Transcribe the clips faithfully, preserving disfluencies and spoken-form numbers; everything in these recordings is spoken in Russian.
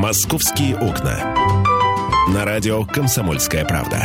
«Московские окна». На радио «Комсомольская правда».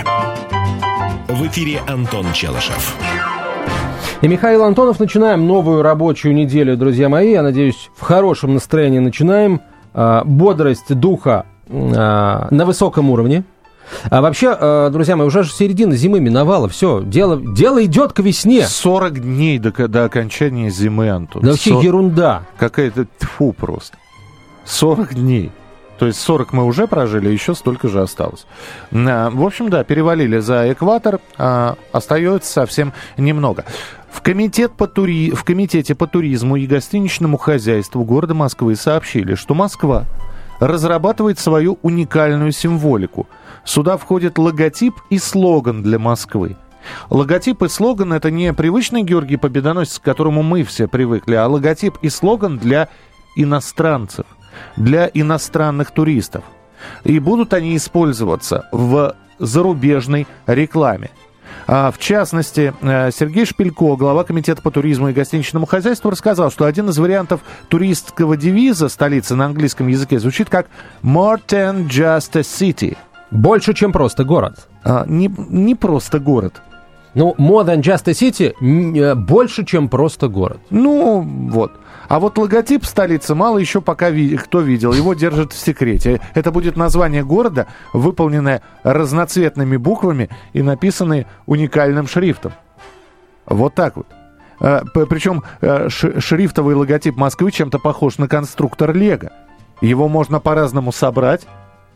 В эфире Антон Челышев. И Михаил Антонов. Начинаем новую рабочую неделю, друзья мои. Я надеюсь, в хорошем настроении начинаем. Бодрость духа на высоком уровне. А вообще, друзья мои, уже же середина зимы миновала. Все, дело, дело идет к весне. сорок дней до, до окончания зимы, Антон. Да вообще сорок... ерунда. Какая-то тьфу просто. сорок дней. То есть сорок мы уже прожили, еще столько же осталось. В общем, да, перевалили за экватор, а остается совсем немного. В, комитет по тури... в Комитете по туризму и гостиничному хозяйству города Москвы сообщили, что Москва разрабатывает свою уникальную символику. Сюда входит логотип и слоган для Москвы. Логотип и слоган — это не привычный Георгий Победоносец, к которому мы все привыкли, а логотип и слоган для иностранцев, для иностранных туристов. И будут они использоваться в зарубежной рекламе. А в частности, Сергей Шпилько, глава Комитета по туризму и гостиничному хозяйству, рассказал, что один из вариантов туристского девиза столицы на английском языке звучит как «More than just a city». Больше, чем просто город. А, не, не просто город. Ну, more than just a city, больше, чем просто город. Ну, вот. А вот логотип столицы мало еще пока ви- кто видел. Его держат в секрете. Это будет название города, выполненное разноцветными буквами и написанное уникальным шрифтом. Вот так вот. Причем шрифтовый логотип Москвы чем-то похож на конструктор Лего. Его можно по-разному собрать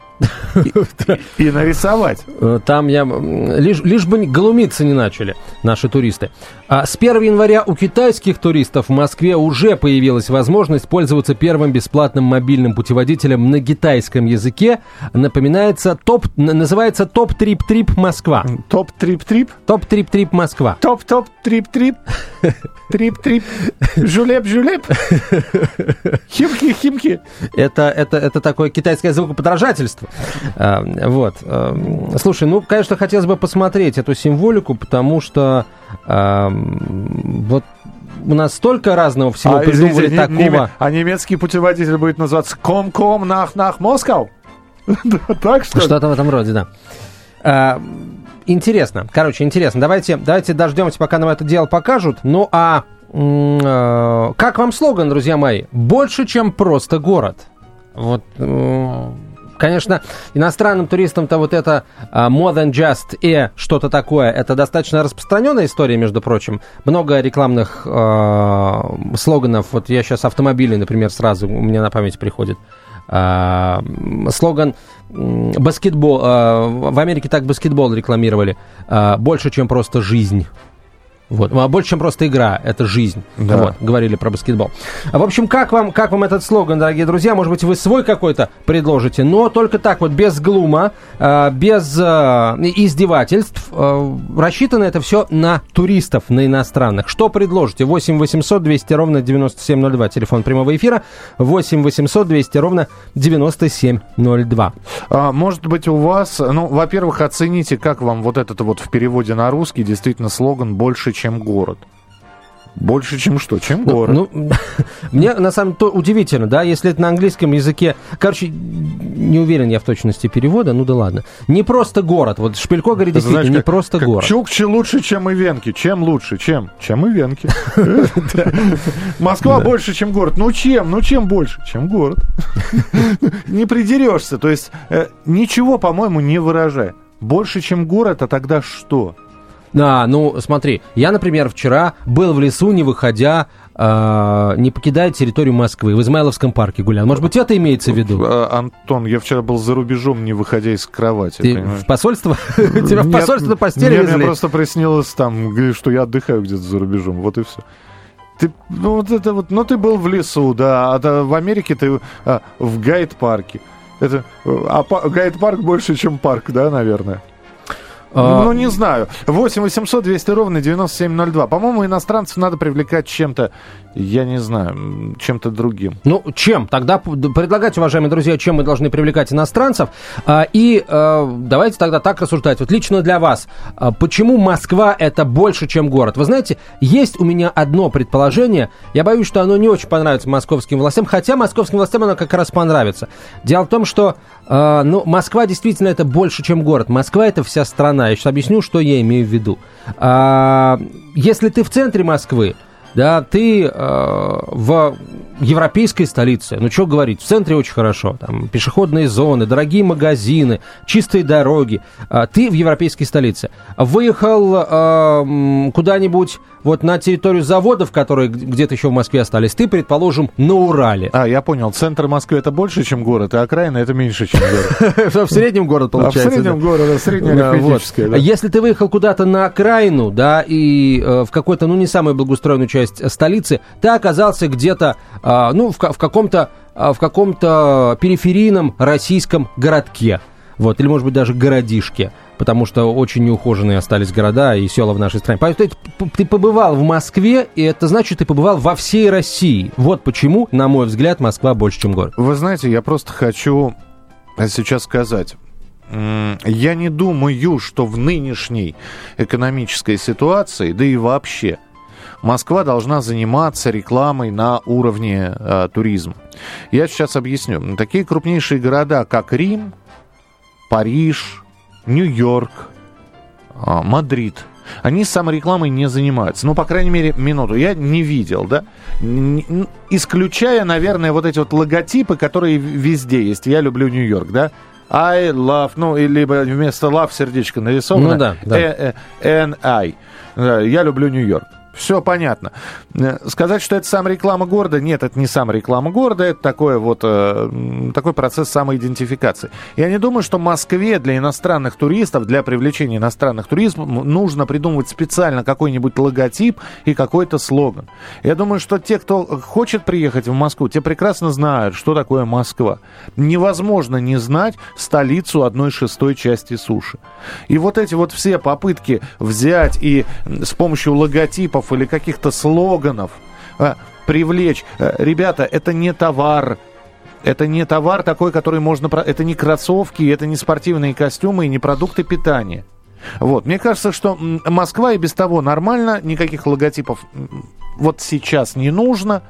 И, и нарисовать. Там я... Лишь, лишь бы глумиться не начали наши туристы. А с первого января у китайских туристов в Москве уже появилась возможность пользоваться первым бесплатным мобильным путеводителем на китайском языке. Напоминается топ... Называется «Топ-трип-трип Москва». Топ-трип-трип? Топ-трип-трип Москва. Топ-топ-трип-трип. Трип-трип. Жулеп-жулеп. Химки-химки. Это, это, это такое китайское звукоподражательство. А, вот. А, слушай, ну, конечно, хотелось бы посмотреть эту символику, потому что а, вот у нас столько разного всего а, придумали извините, такого. Неме... А немецкий путеводитель будет называться «Ком-ком нах-нах Москва». Так что Что-то в этом роде, да. А, интересно. Короче, интересно. Давайте, давайте дождемся, пока нам это дело покажут. Ну, а э, как вам слоган, друзья мои? Больше, чем просто город. Вот, э, конечно, иностранным туристам-то вот это uh, more than just a что-то такое, это достаточно распространенная история, между прочим. Много рекламных э, слоганов. Вот я сейчас автомобили, например, сразу у меня на память приходит. Uh, слоган uh, баскетбол. Uh, в Америке так баскетбол рекламировали. Uh, больше, чем просто жизнь. Вот. А больше, чем просто игра, это жизнь. Да. Вот, говорили про баскетбол. В общем, как вам, как вам этот слоган, дорогие друзья? Может быть, вы свой какой-то предложите, но только так вот, без глума, без издевательств. Рассчитано это все на туристов, на иностранных. Что предложите? восемь восемьсот двести ровно девяносто семь ноль два. Телефон прямого эфира. восемь восемьсот двести ровно девяносто семь ноль два. А, может быть, у вас... Ну, во-первых, оцените, как вам вот этот вот в переводе на русский действительно слоган «больше, чем город». Больше, чем что? Чем город. Ну, ну, мне, на самом деле, удивительно, да, если это на английском языке... Короче, не уверен я в точности перевода, ну да ладно. Не просто город. Вот Шпилько говорит, это, действительно, знаешь, не как, просто как город. Чукчи лучше, чем Ивенки. Чем лучше? Чем? Чем Ивенки. Москва больше, чем город. Ну чем? Ну чем больше? Чем город. Не придерешься. То есть ничего, по-моему, не выражай. Больше, чем город, а тогда что? А, ну, смотри, я, например, вчера был в лесу, не выходя, э, не покидая территорию Москвы, в Измайловском парке гулял. Может быть, это имеется в виду? Антон, я вчера был за рубежом, не выходя из кровати. Ты в посольство? Тебя в посольство на постели везли? Мне просто приснилось там, что я отдыхаю где-то за рубежом, вот и все. Ты, ну, вот это вот, ну, ты был в лесу, да, а в Америке ты а, в гайд-парке. Это, а гайд-парк больше, чем парк, да, наверное? Uh, ну, не знаю. восемь восемьсот двести ровно девяносто семь ноль два. По-моему, иностранцев надо привлекать чем-то я не знаю, чем-то другим. Ну, чем? Тогда предлагайте, уважаемые друзья, чем мы должны привлекать иностранцев. И давайте тогда так рассуждать. Вот лично для вас, почему Москва это больше, чем город? Вы знаете, есть у меня одно предположение. Я боюсь, что оно не очень понравится московским властям, хотя московским властям оно как раз понравится. Дело в том, что ну, Москва действительно это больше, чем город. Москва это вся страна. Я сейчас объясню, что я имею в виду. Если ты в центре Москвы, да, ты э, в европейской столице, ну что говорить, в центре очень хорошо, там пешеходные зоны, дорогие магазины, чистые дороги, э, ты в европейской столице. Выехал э, куда-нибудь вот на территорию заводов, которые где-то еще в Москве остались, ты, предположим, на Урале. А, я понял, центр Москвы это больше, чем город, а окраина это меньше, чем город. В среднем город получается. В среднем город, среднеарифметическое. Если ты выехал куда-то на окраину, да, и в какой-то, ну, не самую благоустроенную часть столицы, ты оказался где-то, ну, в каком-то в каком-то периферийном российском городке. Вот, или, может быть, даже городишке, потому что очень неухоженные остались города и села в нашей стране. Поэтому ты, ты побывал в Москве, и это значит, ты побывал во всей России. Вот почему, на мой взгляд, Москва больше, чем город. Вы знаете, я просто хочу сейчас сказать. Я не думаю, что в нынешней экономической ситуации, да и вообще, Москва должна заниматься рекламой на уровне э, туризма. Я сейчас объясню. Такие крупнейшие города, как Рим, Париж, Нью-Йорк, э, Мадрид, они саморекламой не занимаются. Ну, по крайней мере, минуту. Я не видел, да? Исключая, наверное, вот эти вот логотипы, которые везде есть. Я люблю Нью-Йорк, да? I love, ну, либо вместо love сердечко нарисовано. Ну, да, да. Эн ай. Я люблю Нью-Йорк. Все понятно. Сказать, что это самореклама города, нет, это не самореклама города, это такой вот э, такой процесс самоидентификации. Я не думаю, что Москве для иностранных туристов, для привлечения иностранных туристов нужно придумывать специально какой-нибудь логотип и какой-то слоган. Я думаю, что те, кто хочет приехать в Москву, те прекрасно знают, что такое Москва. Невозможно не знать столицу одной шестой части суши. И вот эти вот все попытки взять и с помощью логотипов или каких-то слоганов а, привлечь. А, ребята, это не товар. Это не товар такой, который можно... Это не кроссовки, это не спортивные костюмы и не продукты питания. Вот. Мне кажется, что Москва и без того нормально. Никаких логотипов вот сейчас не нужно.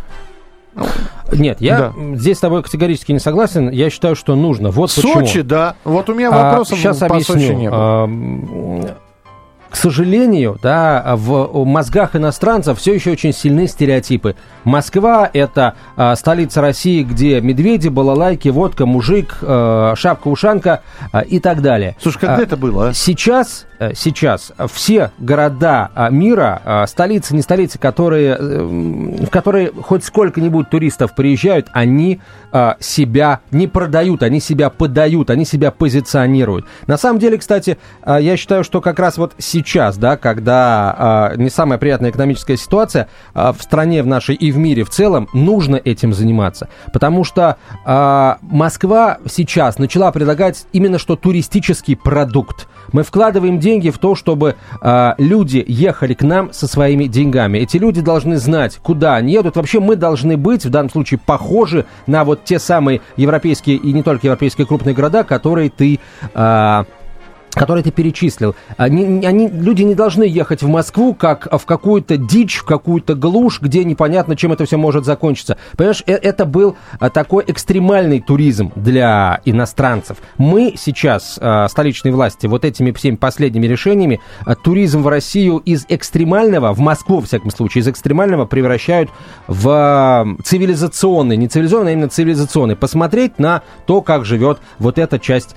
Нет, я да. здесь с тобой категорически не согласен. Я считаю, что нужно. Вот Сочи, почему. да. Вот у меня вопросов а, сейчас по объясню. Сочи не было. К сожалению, да, в мозгах иностранцев все еще очень сильны стереотипы. Москва – это э, столица России, где медведи, балалайки, водка, мужик, э, шапка-ушанка э, и так далее. Слушай, когда а, это было? А? Сейчас, э, сейчас все города э, мира, э, столицы, не столицы, которые, э, в которые хоть сколько-нибудь туристов приезжают, они э, себя не продают, они себя подают, они себя позиционируют. На самом деле, кстати, э, я считаю, что как раз вот сейчас Сейчас, да, когда э, не самая приятная экономическая ситуация э, в стране, в нашей и в мире в целом, нужно этим заниматься. Потому что э, Москва сейчас начала предлагать именно что туристический продукт. Мы вкладываем деньги в то, чтобы э, люди ехали к нам со своими деньгами. Эти люди должны знать, куда они едут. Вообще мы должны быть, в данном случае, похожи на вот те самые европейские и не только европейские крупные города, которые ты... Э, которые ты перечислил. Они, они, люди не должны ехать в Москву как в какую-то дичь, в какую-то глушь, где непонятно, чем это все может закончиться. Понимаешь, это был такой экстремальный туризм для иностранцев. Мы сейчас, столичные власти, вот этими всеми последними решениями, туризм в Россию из экстремального, в Москву, во всяком случае, из экстремального превращают в цивилизационный, не цивилизованный, а именно цивилизационный. Посмотреть на то, как живет вот эта часть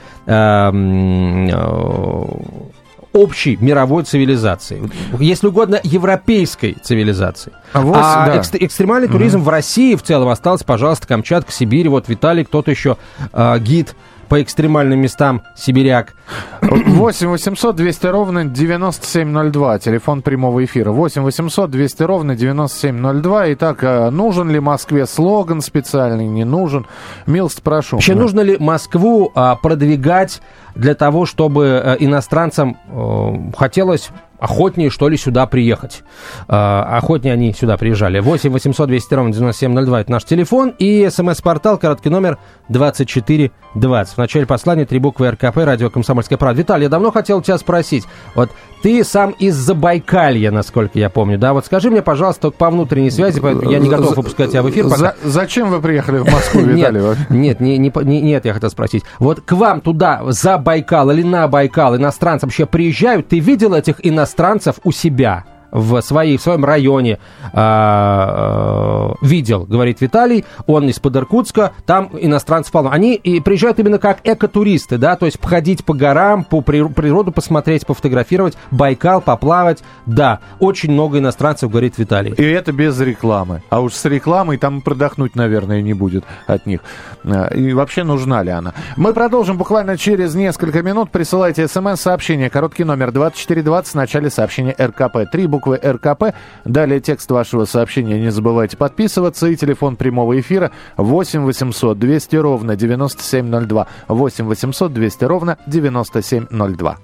э, общей мировой цивилизации. Если угодно, европейской цивилизации. А, вот, а да. экстр- экстремальный туризм mm-hmm. в России в целом остался, пожалуйста, Камчатка, Сибирь. Вот Виталий, кто-то еще э, гид по экстремальным местам, сибиряк. восемь восемьсот двести ровно девяносто семь ноль два, телефон прямого эфира. восемь восемьсот двести ровно девяносто семь ноль два. Итак, нужен ли Москве слоган специальный, не нужен? Милость прошу. Вообще, да. нужно ли Москву а, продвигать для того, чтобы а, иностранцам а, хотелось охотнее, что ли, сюда приехать. А, охотнее они сюда приезжали. восемь восемьсот двести ровно девяносто семь ноль два это наш телефон. И смс-портал, короткий номер двадцать четыре двадцать. В начале послания три буквы РКП, радио «Комсомольская правда». Виталий, я давно хотел тебя спросить. Вот ты сам из Забайкалья, насколько я помню, да? Вот скажи мне, пожалуйста, только по внутренней связи, поэтому я не готов выпускать тебя в эфир пока. За, зачем вы приехали в Москву, Виталий? Нет, нет, не, не, не, нет, я хотел спросить. Вот к вам туда, за Байкал или на Байкал, иностранцы вообще приезжают? Ты видел этих иностранцев у себя? В, своей, в своем районе э, э, видел, говорит Виталий, он из-под Иркутска, там иностранцев полно. Они и приезжают именно как экотуристы, да, то есть походить по горам, по природу посмотреть, пофотографировать, Байкал, поплавать, да, очень много иностранцев, говорит Виталий. И это без рекламы, а уж с рекламой там продохнуть, наверное, не будет от них. И вообще нужна ли она? Мы продолжим буквально через несколько минут. Присылайте смс-сообщение, короткий номер двадцать четыре двадцать, в начале сообщения РКП, три буквы РКП. Далее текст вашего сообщения. Не забывайте подписываться. И телефон прямого эфира восемь восемьсот двести ровно девяносто семь ноль два. восемь восемьсот двести ровно девяносто семь ноль два.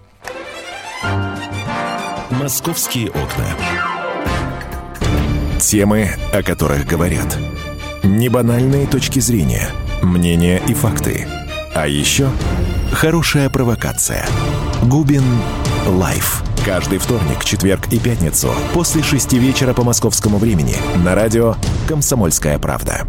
Московские окна. Темы, о которых говорят. Небанальные точки зрения. Мнения и факты. А еще хорошая провокация. Губин Лайф. Каждый вторник, четверг и пятницу после шести вечера по московскому времени на радио «Комсомольская правда».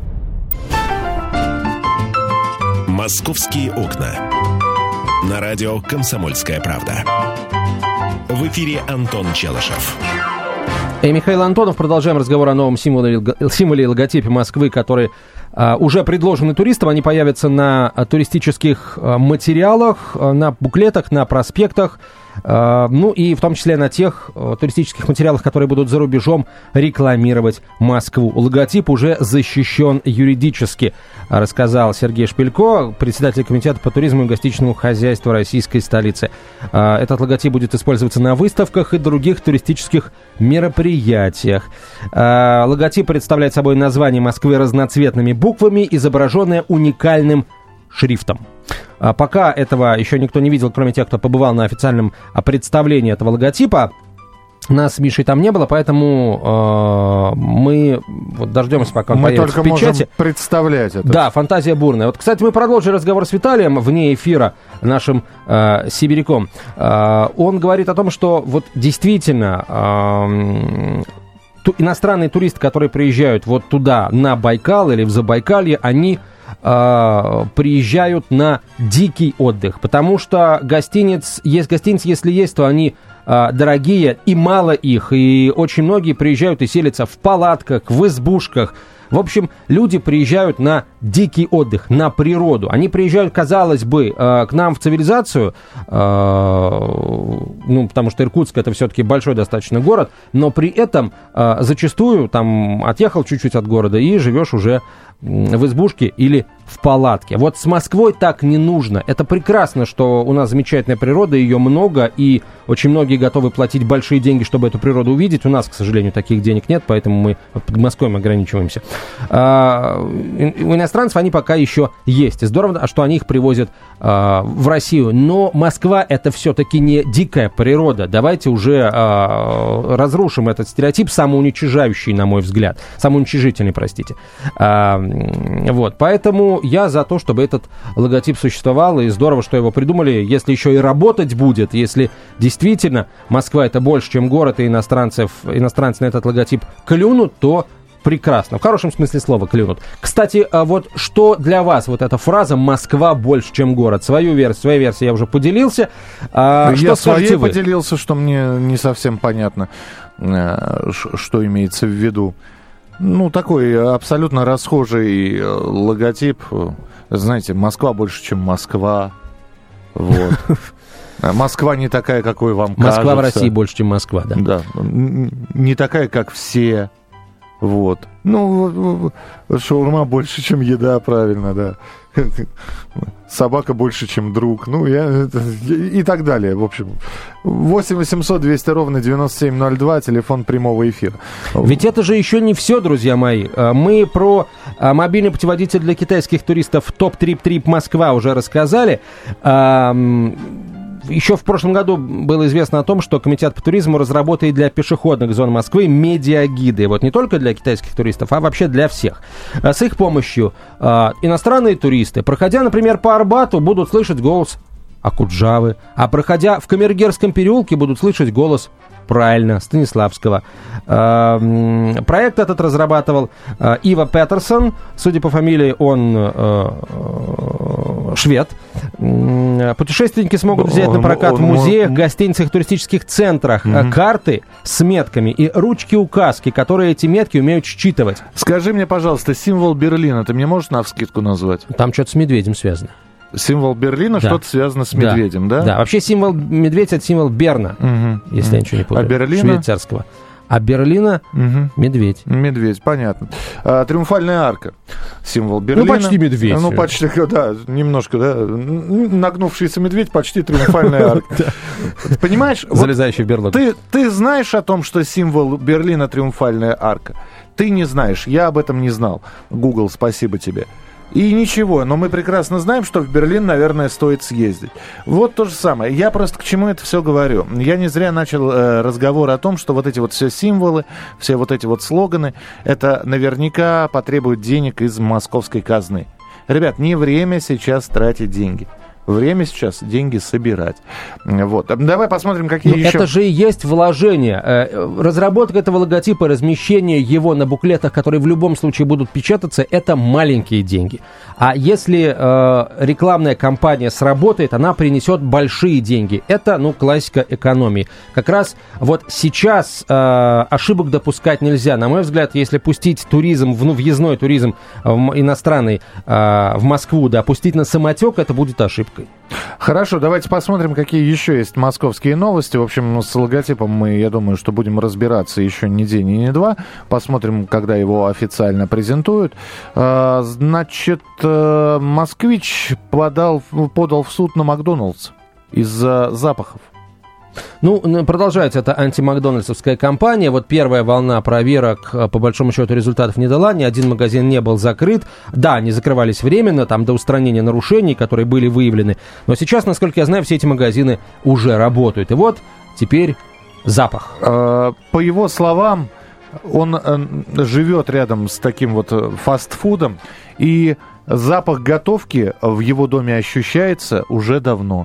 «Московские окна». На радио «Комсомольская правда». В эфире Антон Челышев. И Михаил Антонов. Продолжаем разговор о новом символе, символе и логотипе Москвы, который а, уже предложены туристам. Они появятся на а, туристических а, материалах, а, на буклетах, на проспектах. Uh, ну и в том числе на тех uh, туристических материалах, которые будут за рубежом рекламировать Москву. Логотип уже защищен юридически, рассказал Сергей Шпилько, председатель комитета по туризму и гостиничному хозяйству российской столицы. Uh, этот логотип будет использоваться на выставках и других туристических мероприятиях. Uh, логотип представляет собой название Москвы разноцветными буквами, изображенное уникальным шрифтом. А пока этого еще никто не видел, кроме тех, кто побывал на официальном представлении этого логотипа. Нас с Мишей там не было, поэтому э, мы вот дождемся, пока он мы появится в печати. Мы только можем представлять это. Да, фантазия бурная. Вот, кстати, мы продолжили разговор с Виталием вне эфира, нашим э, сибиряком. Э, он говорит о том, что вот действительно э, ту, иностранные туристы, которые приезжают вот туда, на Байкал или в Забайкалье, они э, приезжают на дикий отдых, потому что гостиниц, есть гостиницы, если есть, то они дорогие, и мало их, и очень многие приезжают и селятся в палатках, в избушках. В общем, люди приезжают на дикий отдых, на природу. Они приезжают, казалось бы, к нам в цивилизацию, ну, потому что Иркутск — это все-таки большой достаточно город, но при этом зачастую там отъехал чуть-чуть от города и живешь уже в избушке или в палатке. Вот с Москвой так не нужно. Это прекрасно, что у нас замечательная природа, ее много, и очень многие готовы платить большие деньги, чтобы эту природу увидеть. У нас, к сожалению, таких денег нет, поэтому мы под Москвой ограничиваемся. А, у иностранцев они пока еще есть. И здорово, что они их привозят а, в Россию. Но Москва — это все-таки не дикая природа. Давайте уже а, разрушим этот стереотип, самоуничижающий, на мой взгляд. Самоуничижительный, простите. А, вот, поэтому я за то, чтобы этот логотип существовал, и здорово, что его придумали. Если еще и работать будет, если действительно Москва — это больше, чем город, и иностранцев, иностранцы на этот логотип клюнут, то прекрасно. В хорошем смысле слова клюнут. Кстати, вот что для вас вот эта фраза «Москва больше, чем город»? Свою версию, своей версией я уже поделился. А, я своей вы? поделился, что мне не совсем понятно, что имеется в виду. Ну, такой абсолютно расхожий логотип. Знаете, Москва больше, чем Москва. Вот. Москва не такая, какой вам кажется. Москва в России больше, чем Москва, да. Да. Не такая, как все. Вот. Ну, шаурма больше, чем еда, правильно, да. Собака больше, чем друг. Ну, я... И так далее, в общем. восемь восемьсот двести ровно девяносто семь ноль два, телефон прямого эфира. Ведь это же еще не все, друзья мои. Мы про мобильный путеводитель для китайских туристов топ-трип-трип Москва уже рассказали. еще в прошлом году было известно о том, что Комитет по туризму разработает для пешеходных зон Москвы медиагиды. Вот не только для китайских туристов, а вообще для всех. С их помощью иностранные туристы, проходя, например, по Арбату, будут слышать голос Акуджавы, а проходя в Камергерском переулке, будут слышать голос, правильно, Станиславского. Проект этот разрабатывал Ива Петерсон. Судя по фамилии, он швед. Путешественники смогут взять на прокат в музеях, гостиницах, туристических центрах mm-hmm. карты с метками и ручки-указки, которые эти метки умеют считывать. Скажи мне, пожалуйста, символ Берлина ты мне можешь навскидку назвать? Там что-то с медведем связано. Символ Берлина, да. Что-то связано с медведем, да? Да, да. Вообще символ медведь — это символ Берна, угу. если угу. я ничего не путаю. А Берлина? Швейцарского. А Берлина угу. медведь. Медведь, понятно. А, Триумфальная арка. Символ Берлина. Ну, почти медведь. Ну, почти, да, немножко, да. Нагнувшийся медведь, почти триумфальная арка. Понимаешь? Залезающий в берлогу. Ты знаешь о том, что символ Берлина — триумфальная арка? Ты не знаешь, я об этом не знал. Google, спасибо тебе. И ничего, но мы прекрасно знаем, что в Берлин, наверное, стоит съездить. Вот то же самое. Я просто к чему это все говорю. Я не зря начал э, разговор о том, что вот эти вот все символы, все вот эти вот слоганы, это наверняка потребует денег из московской казны. Ребят, не время сейчас тратить деньги. Время сейчас деньги собирать. Вот. Давай посмотрим, какие Но еще... Это же и есть вложение. Разработка этого логотипа, размещение его на буклетах, которые в любом случае будут печататься, это маленькие деньги. А если э, рекламная кампания сработает, она принесет большие деньги. Это, ну, классика экономии. Как раз вот сейчас э, ошибок допускать нельзя. На мой взгляд, если пустить туризм, ну, въездной туризм э, иностранный э, в Москву, да, пустить на самотек, это будет ошибкой. Хорошо, давайте посмотрим, какие еще есть московские новости. В общем, с логотипом мы, я думаю, что будем разбираться еще не день и не два. Посмотрим, когда его официально презентуют. Значит, «Москвич» подал, подал в суд на Макдоналдс из-за запахов. Ну, продолжается эта антимакдональдсовская кампания. Вот первая волна проверок, по большому счету, результатов не дала. Ни один магазин не был закрыт. Да, они закрывались временно, там, до устранения нарушений, которые были выявлены. Но сейчас, насколько я знаю, все эти магазины уже работают. И вот теперь запах. По его словам, он живет рядом с таким вот фастфудом, и запах готовки в его доме ощущается уже давно.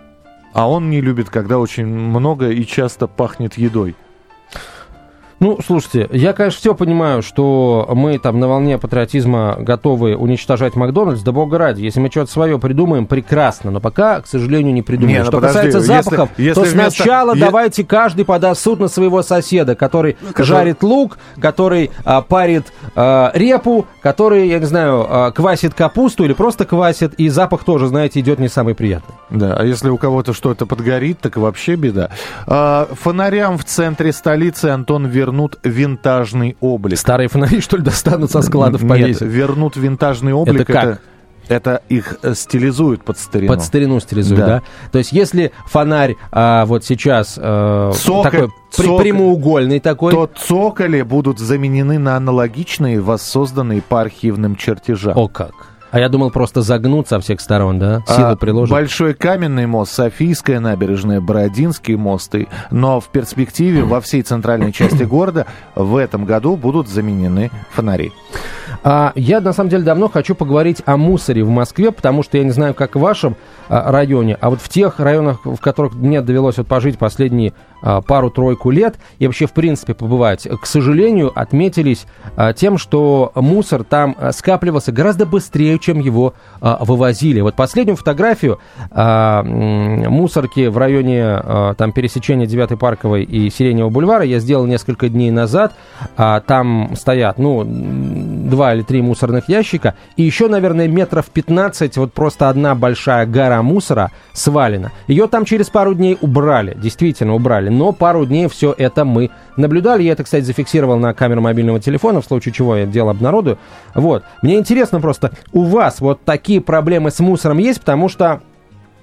А он не любит, когда очень много и часто пахнет едой. Ну, слушайте, я, конечно, все понимаю, что мы там на волне патриотизма готовы уничтожать Макдональдс, да бога ради. Если мы что-то свое придумаем, прекрасно, но пока, к сожалению, не придумаем. Не, что подожди, касается запахов, если, если то вместо... сначала я... давайте каждый подаст в суд на своего соседа, который, который... жарит лук, который а, парит а, репу, который, я не знаю, а, квасит капусту или просто квасит, и запах тоже, знаете, идет не самый приятный. Да, а если у кого-то что-то подгорит, так вообще беда. А, фонарям в центре столицы, Антон, вернут винтажный облик. Старые фонари, что ли, достанут со складов, повесят? Нет, вернут винтажный облик. Это как? Это, это их стилизуют под старину. Под старину стилизуют, да? да? То есть, если фонарь а, вот сейчас а, Цоколь, такой цоколь, прямоугольный такой... То цоколи будут заменены на аналогичные, воссозданные по архивным чертежам. О как! А я думал, просто загнут со всех сторон, да? Силу а, приложат. Большой каменный мост, Софийская набережная, Бородинский мост. И, но в перспективе во всей центральной части города в этом году будут заменены фонари. А, я, на самом деле, давно хочу поговорить о мусоре в Москве, потому что я не знаю, как в вашем а, районе, а вот в тех районах, в которых мне довелось вот пожить последние а, пару-тройку лет, и вообще, в принципе, побывать, к сожалению, отметились а, тем, что мусор там а, скапливался гораздо быстрее, чем его а, вывозили. Вот последнюю фотографию а, мусорки в районе а, там, пересечения девятой Парковой и Сиреневого бульвара я сделал несколько дней назад. А, там стоят, ну, два или три мусорных ящика, и еще, наверное, метров пятнадцать, вот просто одна большая гора мусора свалена. Ее там через пару дней убрали, действительно убрали, но пару дней все это мы наблюдали. Я это, кстати, зафиксировал на камеру мобильного телефона, в случае чего я дело обнародую. Вот. Мне интересно просто, у вас вот такие проблемы с мусором есть, потому что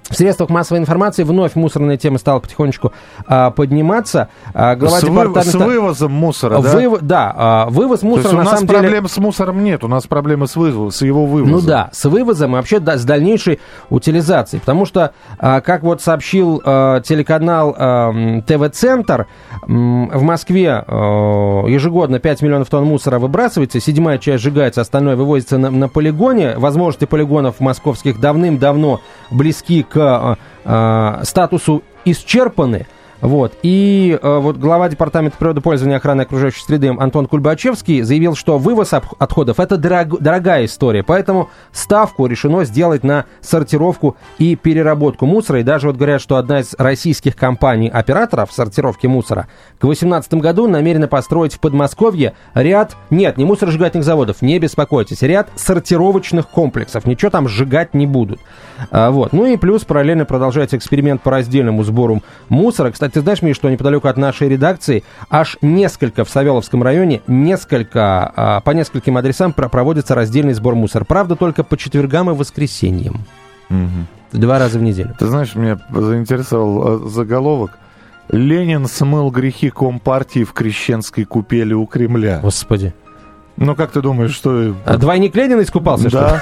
В средствах массовой информации вновь мусорная тема стала потихонечку а, подниматься. А, глава с, департамента... вы, с вывозом мусора, Выв... да? Да, а, вывоз мусора, То есть у на нас самом проблем деле... с мусором нет, у нас проблемы с, вывоз... с его вывозом. Ну да, с вывозом и вообще да, с дальнейшей утилизацией. Потому что, а, как вот сообщил а, телеканал а, ТВ-центр, м, в Москве а, ежегодно пять миллионов тонн мусора выбрасывается, седьмая часть сжигается, остальное вывозится на, на полигоне. Возможности полигонов московских давным-давно близки к а, а, статусу исчерпаны. Вот. И э, вот глава департамента природопользования и охраны окружающей среды Антон Кульбачевский заявил, что вывоз отходов – это дорог, дорогая история, поэтому ставку решено сделать на сортировку и переработку мусора. И даже вот говорят, что одна из российских компаний-операторов сортировки мусора к две тысячи восемнадцатому году намерена построить в Подмосковье ряд, нет, не мусоросжигательных заводов, не беспокойтесь, ряд сортировочных комплексов, ничего там сжигать не будут. А, вот. Ну и плюс параллельно продолжается эксперимент по раздельному сбору мусора. Кстати, ты знаешь, Миш, что неподалеку от нашей редакции аж несколько в Савеловском районе, несколько, а, по нескольким адресам проводится раздельный сбор мусора. Правда, только по четвергам и воскресеньям. Угу. Два раза в неделю. Ты знаешь, меня заинтересовал заголовок. «Ленин смыл грехи Компартии в крещенской купели у Кремля». Господи. Ну, как ты думаешь, что... А двойник Ленина искупался, да.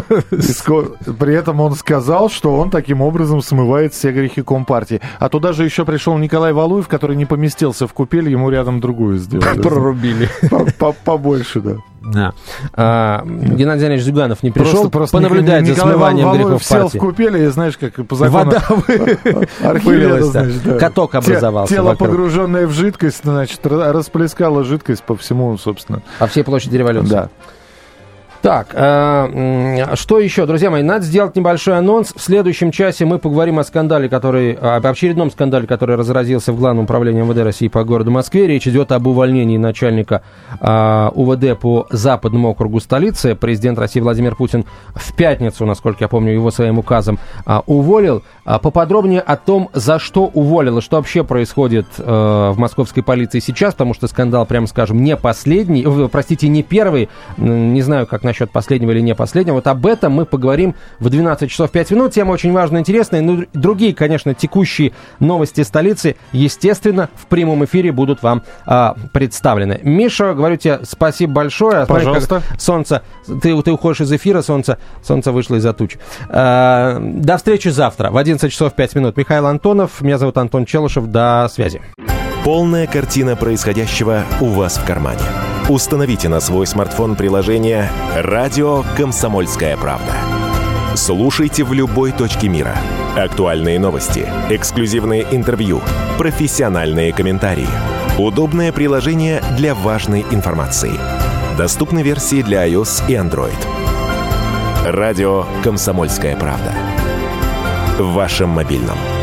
что ли? При этом он сказал, что он таким образом смывает все грехи Компартии. А туда же еще пришел Николай Валуев, который не поместился в купель, ему рядом другую сделали. Прорубили. Побольше, да. Да. А, Геннадий Андреевич Зюганов не пришел, просто, просто понаблюдать за смыванием Валуев грехов сел партии. в купели, и знаешь, как по закону Вода Архимеда, значит, да. Каток образовался. Тело, вокруг. Погруженное в жидкость, значит, расплескало жидкость по всему, собственно. По всей площади революции. Да. Так, э, что еще, друзья мои, надо сделать небольшой анонс. В следующем часе мы поговорим о скандале, который, об очередном скандале, который разразился в Главном управлении МВД России по городу Москве. Речь идет об увольнении начальника э, УВД по Западному округу столицы. Президент России Владимир Путин в пятницу, насколько я помню, его своим указом э, уволил. А поподробнее о том, за что уволил и что вообще происходит э, в московской полиции сейчас, потому что скандал, прямо скажем, не последний, э, простите, не первый, не знаю, как насчет последнего или не последнего. Вот об этом мы поговорим в двенадцать часов пять минут. Тема очень важная, интересная. Ну, другие, конечно, текущие новости столицы, естественно, в прямом эфире будут вам а, представлены. Миша, говорю тебе спасибо большое. Пожалуйста. Смотри, как солнце, ты, ты уходишь из эфира, солнце, солнце вышло из-за туч. А, до встречи завтра в одиннадцать часов пять минут. Михаил Антонов, меня зовут Антон Челышев. До связи. Полная картина происходящего у вас в кармане. Установите на свой смартфон приложение «Радио Комсомольская правда». Слушайте в любой точке мира. Актуальные новости, эксклюзивные интервью, профессиональные комментарии. Удобное приложение для важной информации. Доступны версии для iOS и Android. «Радио Комсомольская правда». В вашем мобильном.